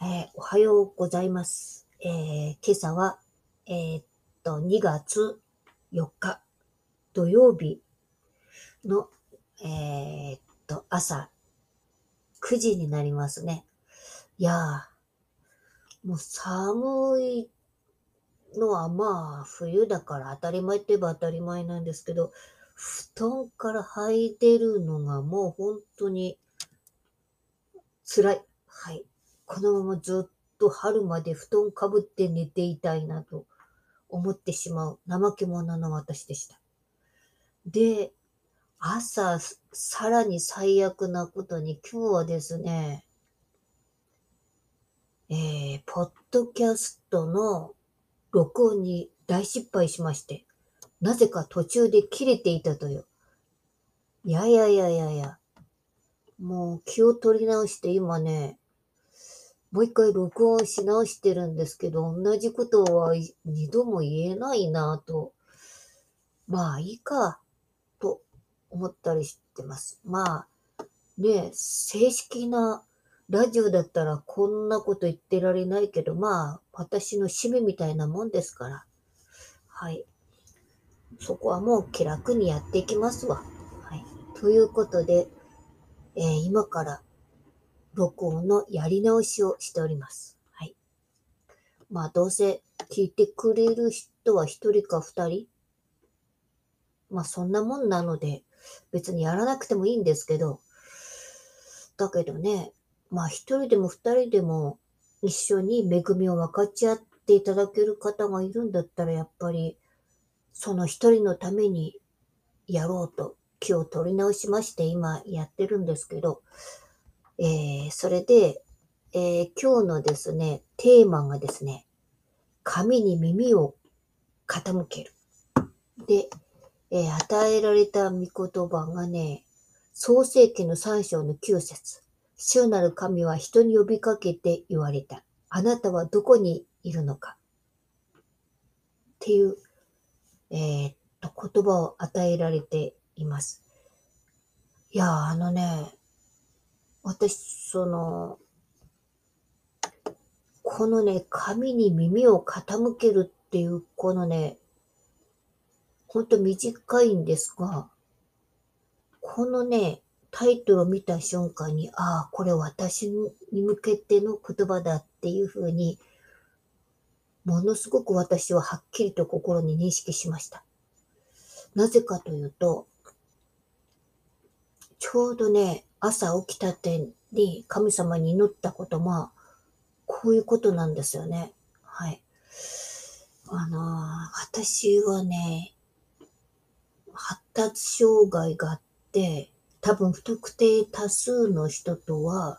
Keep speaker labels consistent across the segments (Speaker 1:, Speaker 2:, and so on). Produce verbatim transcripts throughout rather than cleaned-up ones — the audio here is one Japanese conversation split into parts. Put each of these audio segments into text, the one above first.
Speaker 1: えーおはようございます。えー今朝は、えーっと、にがつよっか土曜日の、えーっと、朝くじになりますね。いやー、もう寒いのはまあ、冬だから当たり前って言えば当たり前なんですけど、布団から這い出るのがもう本当に辛い。はい。このままずっと春まで布団かぶって寝ていたいなと思ってしまう怠け者の私でした。で、朝、さらに最悪なことに今日はですね、えー、ポッドキャストの録音に大失敗しまして、なぜか途中で切れていたという。いやいやいやいやいや、もう気を取り直して今ね、もう一回録音し直してるんですけど、同じことは二度も言えないなぁと。まあいいか、と思ったりしてます。まあね、正式なラジオだったらこんなこと言ってられないけど、まあ私の使命みたいなもんですから。はい。そこはもう気楽にやっていきますわ。はい。ということで、えー今から録音のやり直しをしております。はい。まあどうせ聞いてくれる人は一人か二人。まあそんなもんなので、別にやらなくてもいいんですけど、だけどね、まあ一人でも二人でも一緒に恵みを分かち合っていただける方がいるんだったら、やっぱりその一人のためにやろうと気を取り直しまして今やってるんですけど、えー、それで、えー今日のですね、テーマがですね、神に耳を傾ける。で、えー与えられた御言葉がね、創世記のさん章のきゅう節。主なる神は人に呼びかけて言われた。あなたはどこにいるのかっていう、えーっと、言葉を与えられています。いやー、あのね、私、その、このね、神に耳を傾けるっていう、このね、ほんと短いんですが、このね、タイトルを見た瞬間に、ああ、これ私に向けての言葉だっていうふうに、ものすごく私ははっきりと心に認識しました。なぜかというと、ちょうどね、朝起きたてに神様に祈ったことも、こういうことなんですよね。はい。あのー私はね、発達障害があって、多分不特定多数の人とは、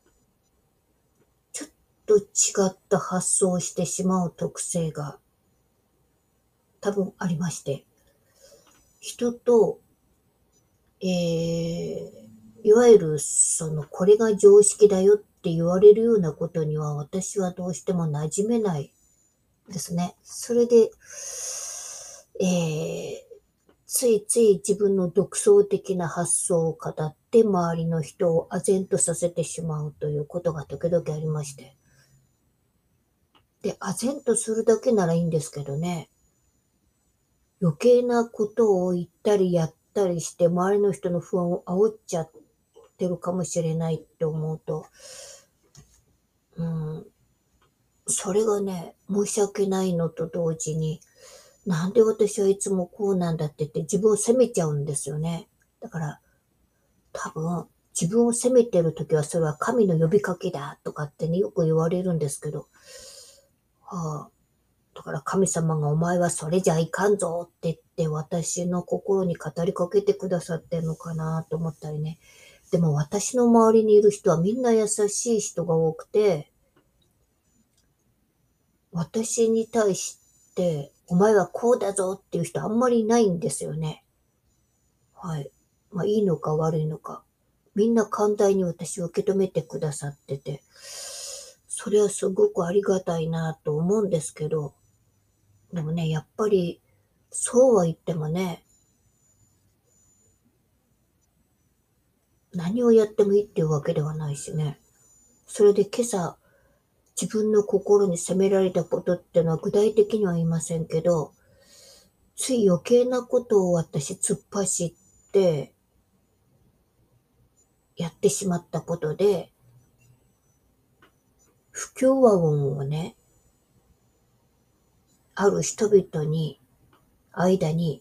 Speaker 1: ちょっと違った発想をしてしまう特性が多分ありまして、人と、えー、いわゆる、その、これが常識だよって言われるようなことには私はどうしても馴染めないですね。それで、えー、ついつい自分の独創的な発想を語って周りの人を唖然とさせてしまうということが時々ありまして。で、唖然とするだけならいいんですけどね、余計なことを言ったりやったりして周りの人の不安を煽っちゃってるかもしれないって思うと、うん、それがね、申し訳ないのと同時に、なんで私はいつもこうなんだって言って自分を責めちゃうんですよね。だから多分自分を責めてるときはそれは神の呼びかけだとかってね、よく言われるんですけど、はあ、だから神様がお前はそれじゃいかんぞって言って私の心に語りかけてくださってるのかなと思ったりね。でも私の周りにいる人はみんな優しい人が多くて、私に対して、お前はこうだぞっていう人あんまりいないんですよね。はい。まあいいのか悪いのか。みんな寛大に私を受け止めてくださってて、それはすごくありがたいなと思うんですけど、でもね、やっぱり、そうは言ってもね、何をやってもいいっていうわけではないしね。それで今朝、 自分の心に責められたことってのは具体的には言いませんけど、つい余計なことを私突っ走ってやってしまったことで、不協和音をね、ある人々に、間に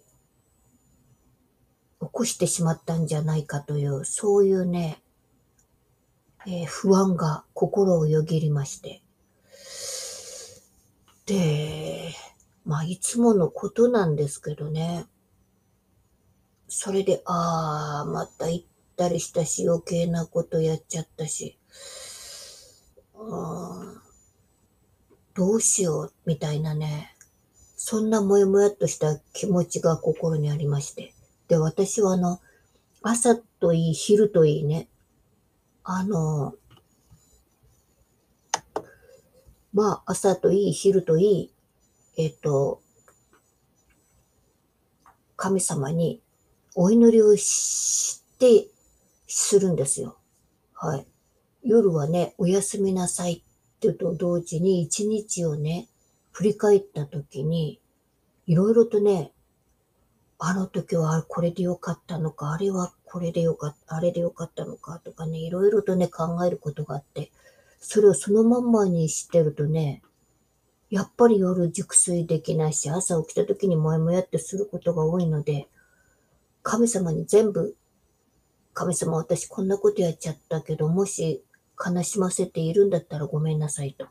Speaker 1: 起こしてしまったんじゃないかという、そういうね、えー不安が心をよぎりまして。で、まあ、いつものことなんですけどね。それで、ああ、また行ったりしたし、余計なことやっちゃったし、あーどうしよう、みたいなね。そんなもやもやっとした気持ちが心にありまして。で、私はあの、朝といい、昼といいね、あの、まあ、朝といい、昼といい、えっと、神様にお祈りをしてするんですよ。はい。夜はね、おやすみなさいってと同時に一日をね、振り返った時に、いろいろとね、あの時はこれでよかったのか、あれはこれでよかった、あれでよかったのかとかね、いろいろとね、考えることがあって、それをそのまんまにしてるとね、やっぱり夜熟睡できないし、朝起きた時にもやもやってすることが多いので、神様に全部、神様私こんなことやっちゃったけど、もし悲しませているんだったらごめんなさいと。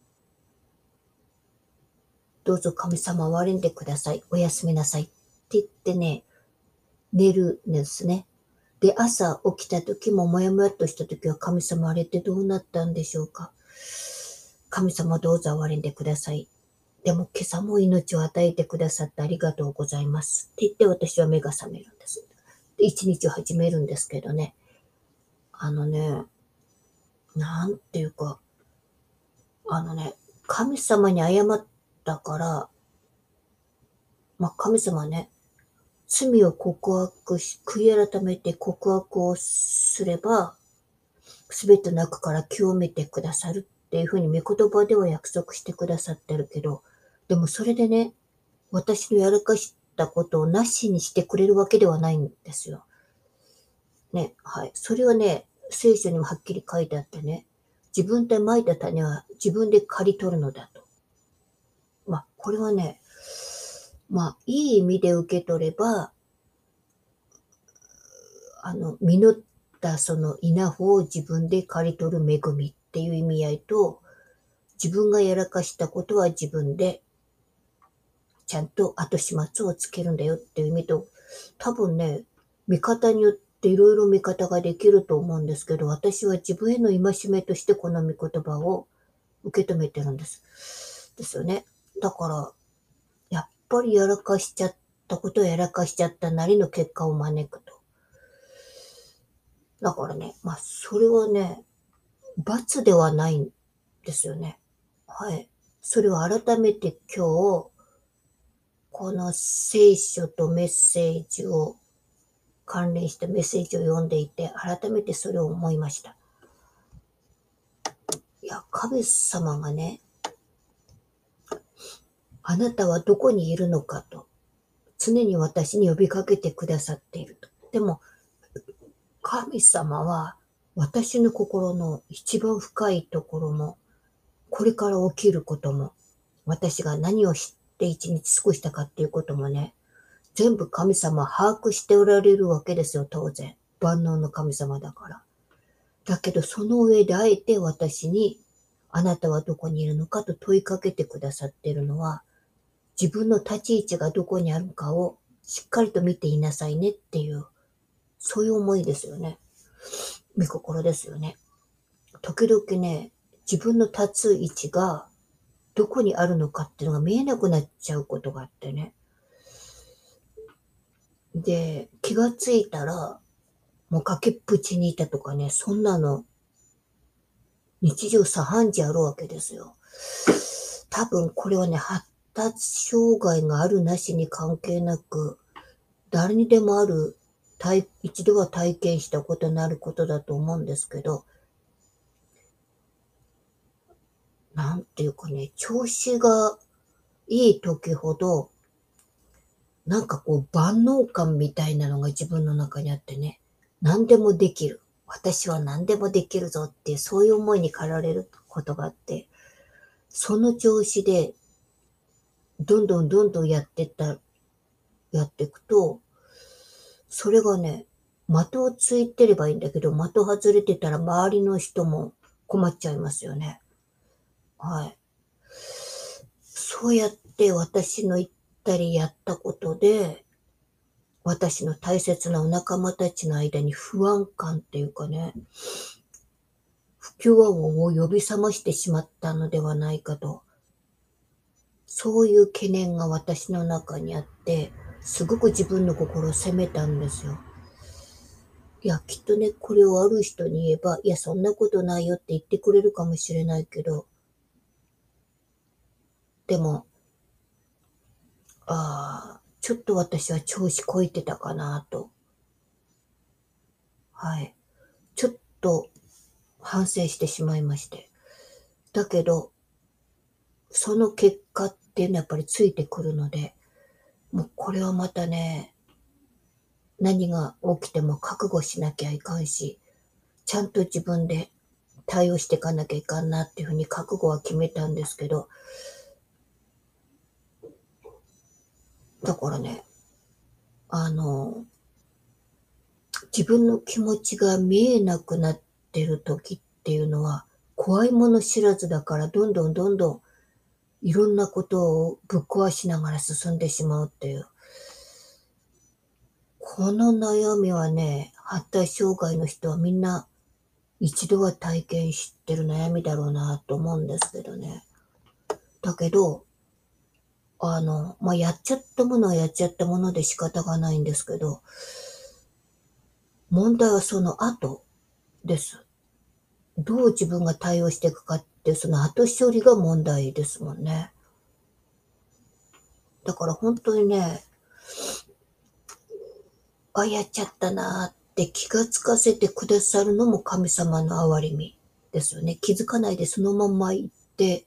Speaker 1: どうぞ神様悪んでください。おやすみなさい。って言ってね、寝るんですね。で、朝起きた時ももやもやっとした時は神様あれってどうなったんでしょうか。神様どうぞ憐れんでください。でも今朝も命を与えてくださってありがとうございます。って言って私は目が覚めるんです。で、一日を始めるんですけどね。あのね、なんていうか、あのね、神様に謝ったから、まあ神様ね、罪を告白し、悔い改めて告白をすれば、すべての中から清めてくださるっていうふうに御言葉では約束してくださってるけど、でもそれでね、私のやらかしたことをなしにしてくれるわけではないんですよ。ね、はい。それはね、聖書にもはっきり書いてあってね、自分で蒔いた種は自分で刈り取るのだと。まあ、これはね、まあ、いい意味で受け取れば、あの、実ったその稲穂を自分で刈り取る恵みっていう意味合いと、自分がやらかしたことは自分でちゃんと後始末をつけるんだよっていう意味と、多分ね、見方によっていろいろ見方ができると思うんですけど、私は自分への戒めとしてこの御言葉を受け止めてるんです。ですよね。だから、やっぱりやらかしちゃったことをやらかしちゃったなりの結果を招くと。だからね、まあ、それはね、罰ではないんですよね。はい。それを改めて今日、この聖書とメッセージを、関連したメッセージを読んでいて、改めてそれを思いました。いや、神様がね、あなたはどこにいるのかと、常に私に呼びかけてくださっていると。でも、神様は私の心の一番深いところも、これから起きることも、私が何を知って一日過ごしたかっていうこともね、全部神様は把握しておられるわけですよ、当然。万能の神様だから。だけど、その上であえて私に、あなたはどこにいるのかと問いかけてくださっているのは、自分の立ち位置がどこにあるかをしっかりと見ていなさいねっていう、そういう思いですよね。見心ですよね。時々ね、自分の立つ位置がどこにあるのかっていうのが見えなくなっちゃうことがあってね。で、気がついたら、もう崖っぷちにいたとかね、そんなの日常茶飯事あるわけですよ。多分これはね、発達障害があるなしに関係なく、誰にでもある、一度は体験したことのあることだと思うんですけど、 なんていうかね、調子がいい時ほど、なんかこう万能感みたいなのが自分の中にあってね、何でもできる。私は何でもできるぞっていう、そういう思いに駆られることがあって、その調子で、どんどんどんどんやってった、やっていくと、それがね、的をついてればいいんだけど、的外れてたら周りの人も困っちゃいますよね。はい。そうやって私の言ったりやったことで、私の大切なお仲間たちの間に不安感っていうかね、不協和音を呼び覚ましてしまったのではないかと、そういう懸念が私の中にあって、すごく自分の心を責めたんですよ。いや、きっとね、これをある人に言えば、いや、そんなことないよって言ってくれるかもしれないけど、でも、ああ、ちょっと私は調子こいてたかなと。はい。ちょっと反省してしまいまして。だけど、その結果っていうのはやっぱりついてくるので、もうこれはまたね、何が起きても覚悟しなきゃいかんし、ちゃんと自分で対応していかなきゃいかんなっていうふうに覚悟は決めたんですけど、だからね、あの、自分の気持ちが見えなくなってる時っていうのは、怖いもの知らずだから、どんどんどんどんいろんなことをぶっ壊しながら進んでしまうっていう。この悩みはね、発達障害の人はみんな一度は体験してる悩みだろうなと思うんですけどね。だけど、あの、まあ、やっちゃったものはやっちゃったもので仕方がないんですけど、問題はその後です。どう自分が対応していくかって、その後処理が問題ですもんね。だから本当にね、あ、やっちゃったなって気がつかせてくださるのも神様の憐れみですよね。気づかないでそのまんま行って、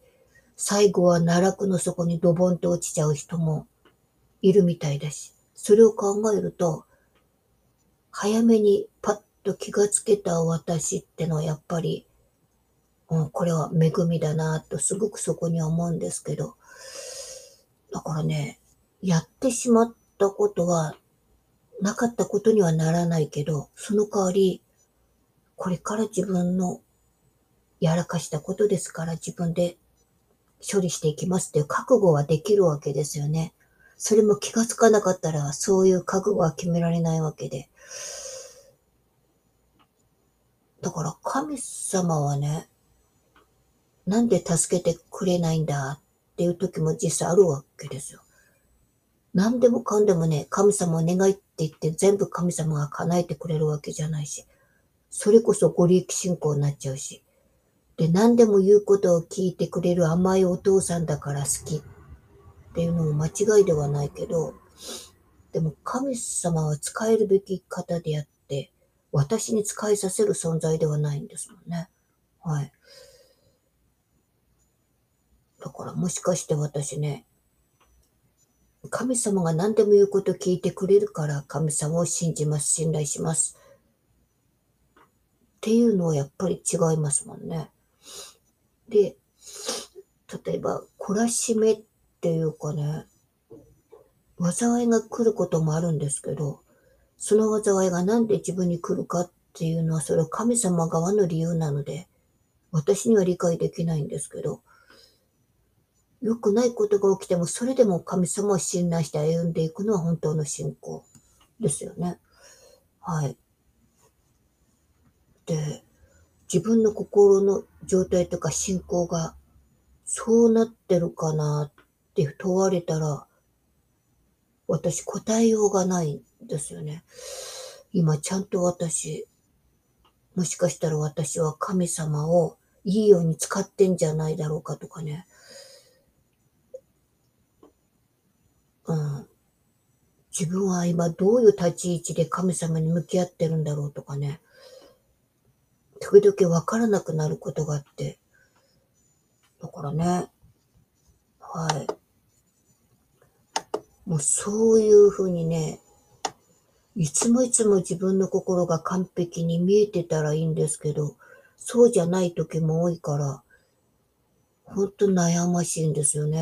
Speaker 1: 最後は奈落の底にドボンと落ちちゃう人もいるみたいだし、それを考えると、早めにパッと気がつけた私ってのはやっぱり、うん、これは恵みだなとすごくそこには思うんですけど、だからね、やってしまったことはなかったことにはならないけど、その代わり、これから自分のやらかしたことですから自分で処理していきますっていう覚悟はできるわけですよね。それも気がつかなかったらそういう覚悟は決められないわけで。だから神様はね、なんで助けてくれないんだっていう時も実際あるわけですよ。何でもかんでもね、神様お願いって言って全部神様が叶えてくれるわけじゃないし、それこそご利益信仰になっちゃうし、で、何でも言うことを聞いてくれる甘いお父さんだから好きっていうのも間違いではないけど、でも神様は使えるべき方であって、私に使いさせる存在ではないんですもんね。はい。だからもしかして私ね、神様が何でも言うこと聞いてくれるから神様を信じます、信頼します。っていうのはやっぱり違いますもんね。で、例えば、懲らしめっていうかね、災いが来ることもあるんですけど、その災いがなんで自分に来るかっていうのは、それは神様側の理由なので、私には理解できないんですけど、良くないことが起きても、それでも神様を信頼して歩んでいくのは本当の信仰ですよね。はい。で、自分の心の状態とか信仰がそうなってるかなって問われたら、私答えようがないんですよね。今ちゃんと私、もしかしたら私は神様をいいように使ってんじゃないだろうかとかね。うん。自分は今どういう立ち位置で神様に向き合ってるんだろうとかね。時々わからなくなることがあって。だかからね。はい。もうそういうふうにね、いつもいつも自分の心が完璧に見えてたらいいんですけど、そうじゃない時も多いから、ほんと悩ましいんですよね。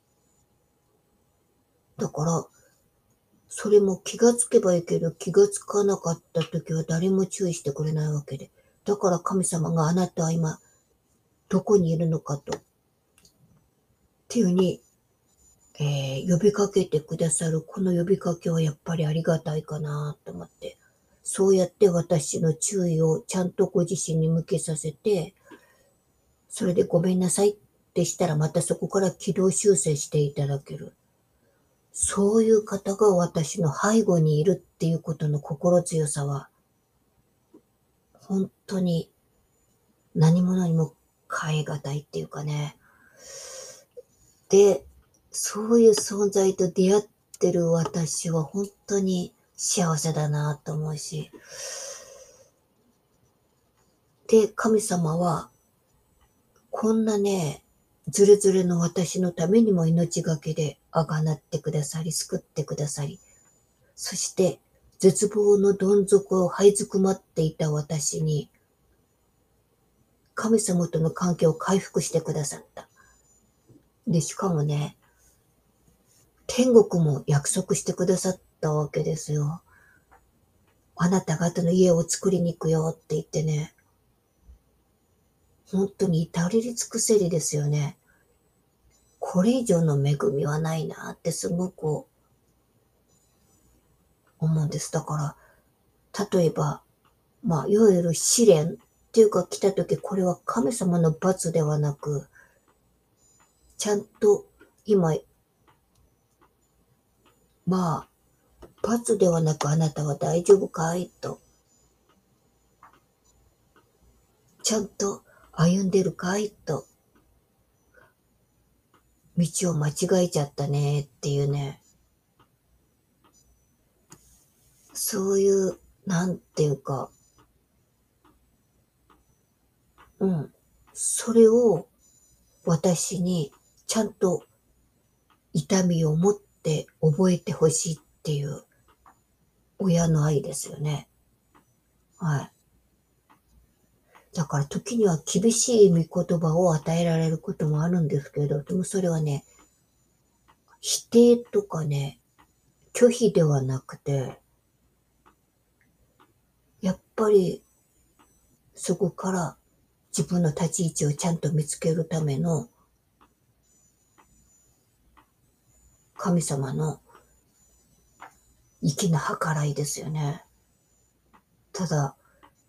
Speaker 1: だから、それも気がつけばいいけど、気がつかなかった時は誰も注意してくれないわけで。だから神様があなたは今、どこにいるのかと。っていうふうに、えー、呼びかけてくださる、この呼びかけはやっぱりありがたいかなと思って。そうやって私の注意をちゃんとご自身に向けさせて、それでごめんなさいってしたらまたそこから軌道修正していただける。そういう方が私の背後にいるっていうことの心強さは、本当に何者にも代え難いっていうかね。で、そういう存在と出会ってる私は本当に幸せだなと思うし。で、神様は、こんなね、ずれずれの私のためにも命がけであがなってくださり、救ってくださり、そして絶望のどん底を這いずくまっていた私に、神様との関係を回復してくださった。で、しかもね、天国も約束してくださったわけですよ。あなた方の家を作りに行くよって言ってね、本当に至れり尽くせりですよね。これ以上の恵みはないなってすごく思うんです。だから、例えば、まあ、いわゆる試練っていうか来た時、これは神様の罰ではなく、ちゃんと今、まあ、罰ではなくあなたは大丈夫かいと、ちゃんと歩んでるかいと、道を間違えちゃったねっていうね、そういう、なんていうか、うん、それを私にちゃんと痛みを持って覚えてほしいっていう親の愛ですよね。はい。だから時には厳しい御言葉を与えられることもあるんですけど、でもそれはね、否定とかね、拒否ではなくて、やっぱりそこから自分の立ち位置をちゃんと見つけるための神様の粋な計らいですよね。ただ、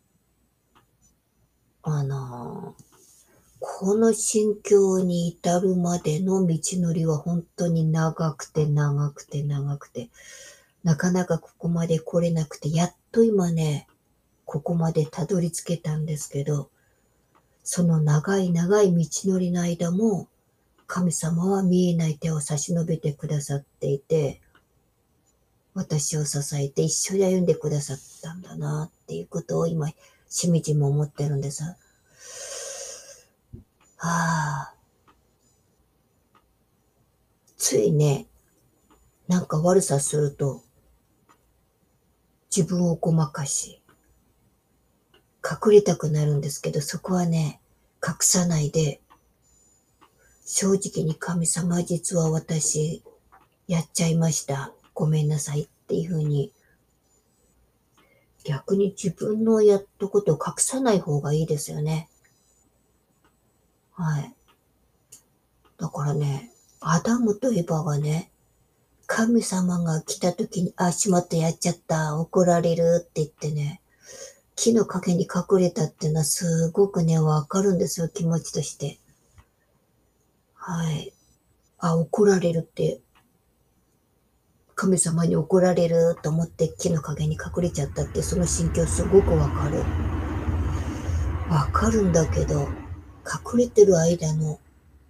Speaker 1: あのーこの心境に至るまでの道のりは本当に長くて長くて長くて、なかなかここまで来れなくて、やっと今ね、ここまでたどり着けたんですけど、その長い長い道のりの間も、神様は見えない手を差し伸べてくださっていて、私を支えて一緒に歩んでくださったんだなっていうことを今、しみじみ思ってるんです。はあ、ついね、なんか悪さすると、自分をごまかし、隠れたくなるんですけど、そこはね、隠さないで、正直に神様、実は私、やっちゃいました。ごめんなさいっていうふうに、逆に自分のやったことを隠さない方がいいですよね。はい。だからね、アダムとエバはね、神様が来た時に、あ、しまった、やっちゃった、怒られるって言ってね、木の陰に隠れたっていうのはすごくね、わかるんですよ、気持ちとして。はい。あ、怒られるって、神様に怒られると思って木の陰に隠れちゃったって、その心境すごくわかる。わかるんだけど、隠れてる間の、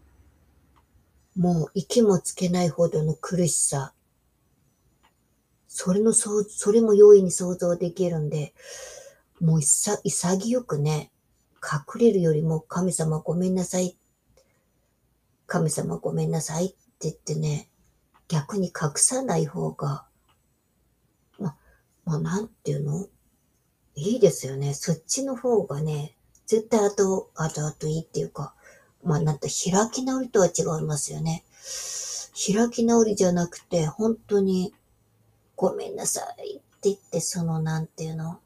Speaker 1: もう息もつけないほどの苦しさ、それのそう、それも容易に想像できるんで、もう潔くね、隠れるよりも神様ごめんなさい。 神様ごめんなさいって言ってね、逆に隠さない方が、ま、まあ、なんていうのいいですよね。そっちの方がね、絶対後、後々いいっていうか、まあ、なんと開き直りとは違いますよね。開き直りじゃなくて、本当に、ごめんなさいって言って、その、なんていうの、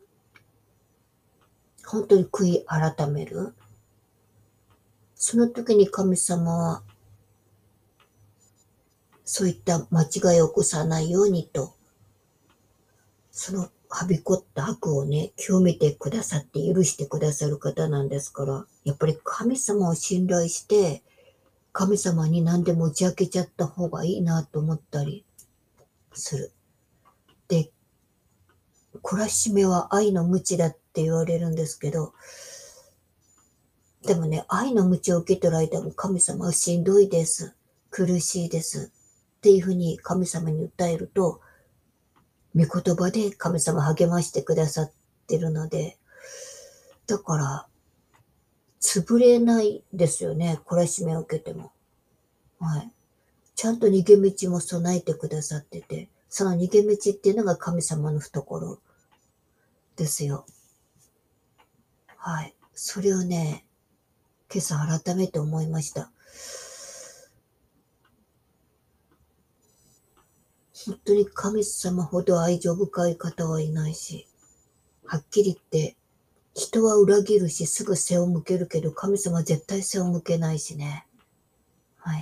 Speaker 1: 本当に悔い改める。その時に神様は、そういった間違いを起こさないようにと、そのはびこった悪をね、清めてくださって許してくださる方なんですから、やっぱり神様を信頼して、神様に何でも打ち明けちゃった方がいいなと思ったりする。で、懲らしめは愛の鞭だって言われるんですけど、でもね、愛の鞭を受け取る間も神様はしんどいです。苦しいです。っていうふうに神様に訴えると、御言葉で神様励ましてくださってるので、だから、潰れないですよね。懲らしめを受けても。はい。ちゃんと逃げ道も備えてくださってて、その逃げ道っていうのが神様の懐ですよ。はい。それをね、今朝改めて思いました。本当に神様ほど愛情深い方はいないし、はっきり言って、人は裏切るしすぐ背を向けるけど、神様は絶対背を向けないしね。はい。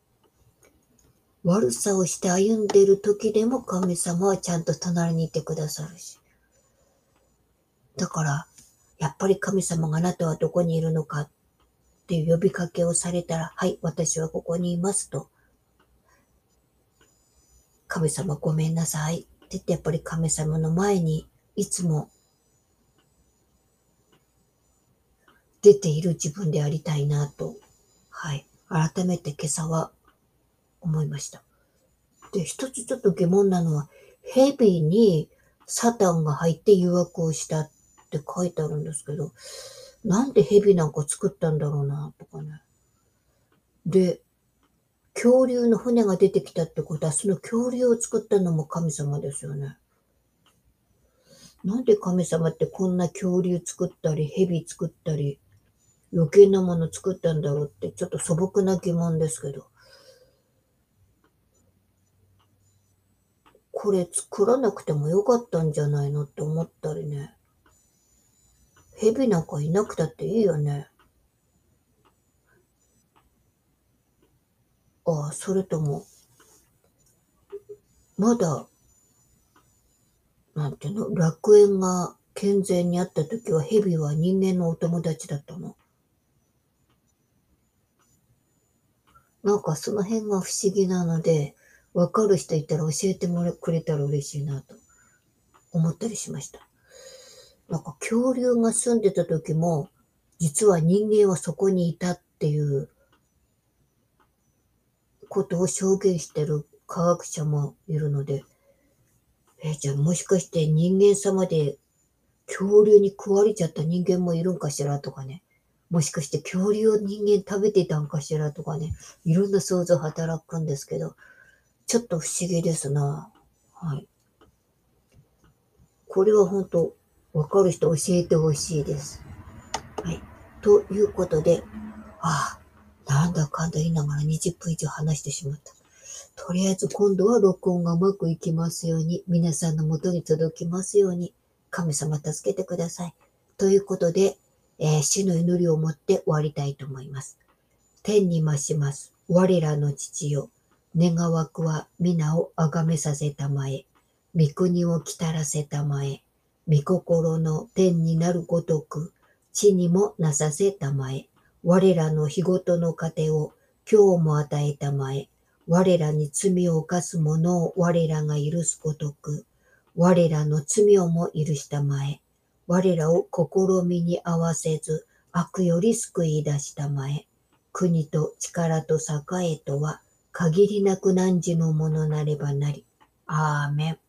Speaker 1: 悪さをして歩んでいる時でも神様はちゃんと隣にいてくださるし。だから、やっぱり神様があなたはどこにいるのかっていう呼びかけをされたら、はい、私はここにいますと。神様ごめんなさいって言って、やっぱり神様の前にいつも出ている自分でありたいなと、はい、改めて今朝は思いました。で、一つちょっと疑問なのは、蛇にサタンが入って誘惑をしたって書いてあるんですけど、なんで蛇なんか作ったんだろうな、とかね。で、恐竜の船が出てきたってことは、その恐竜を作ったのも神様ですよね。なんで神様ってこんな恐竜作ったり、蛇作ったり、余計なもの作ったんだろうって、ちょっと素朴な疑問ですけど。これ作らなくてもよかったんじゃないのって思ったりね。蛇なんかいなくたっていいよね。ああ、それとも、まだ、なんていうの、楽園が健全にあった時は蛇は人間のお友達だったの。なんかその辺が不思議なので、わかる人いたら教えてもらくれたら嬉しいなと思ったりしました。なんか恐竜が住んでた時も、実は人間はそこにいたっていうことを証言してる科学者もいるので、えーじゃあもしかして人間様で恐竜に食われちゃった人間もいるんかしらとかね。もしかして恐竜を人間食べてたんかしらとかね。いろんな想像働くんですけど、ちょっと不思議ですな。はい。これは本当、わかる人教えてほしいです。はい。ということで、ああ、なんだかんだ言いながらにじゅっぷん以上話してしまった。とりあえず今度は録音がうまくいきますように、皆さんの元に届きますように、神様助けてください。ということで、えー、主の祈りを持って終わりたいと思います。天に増します。我らの父よ。願わくは皆をあがめさせたまえ。御国を来たらせたまえ。御心の天になるごとく、地にもなさせたまえ。我らの日ごとの糧を今日も与えたまえ。我らに罪を犯す者を我らが許すごとく、我らの罪をも許したまえ。我らを試みに合わせず、悪より救い出したまえ。国と力と栄えとは限りなく汝のものなればなり。アーメン。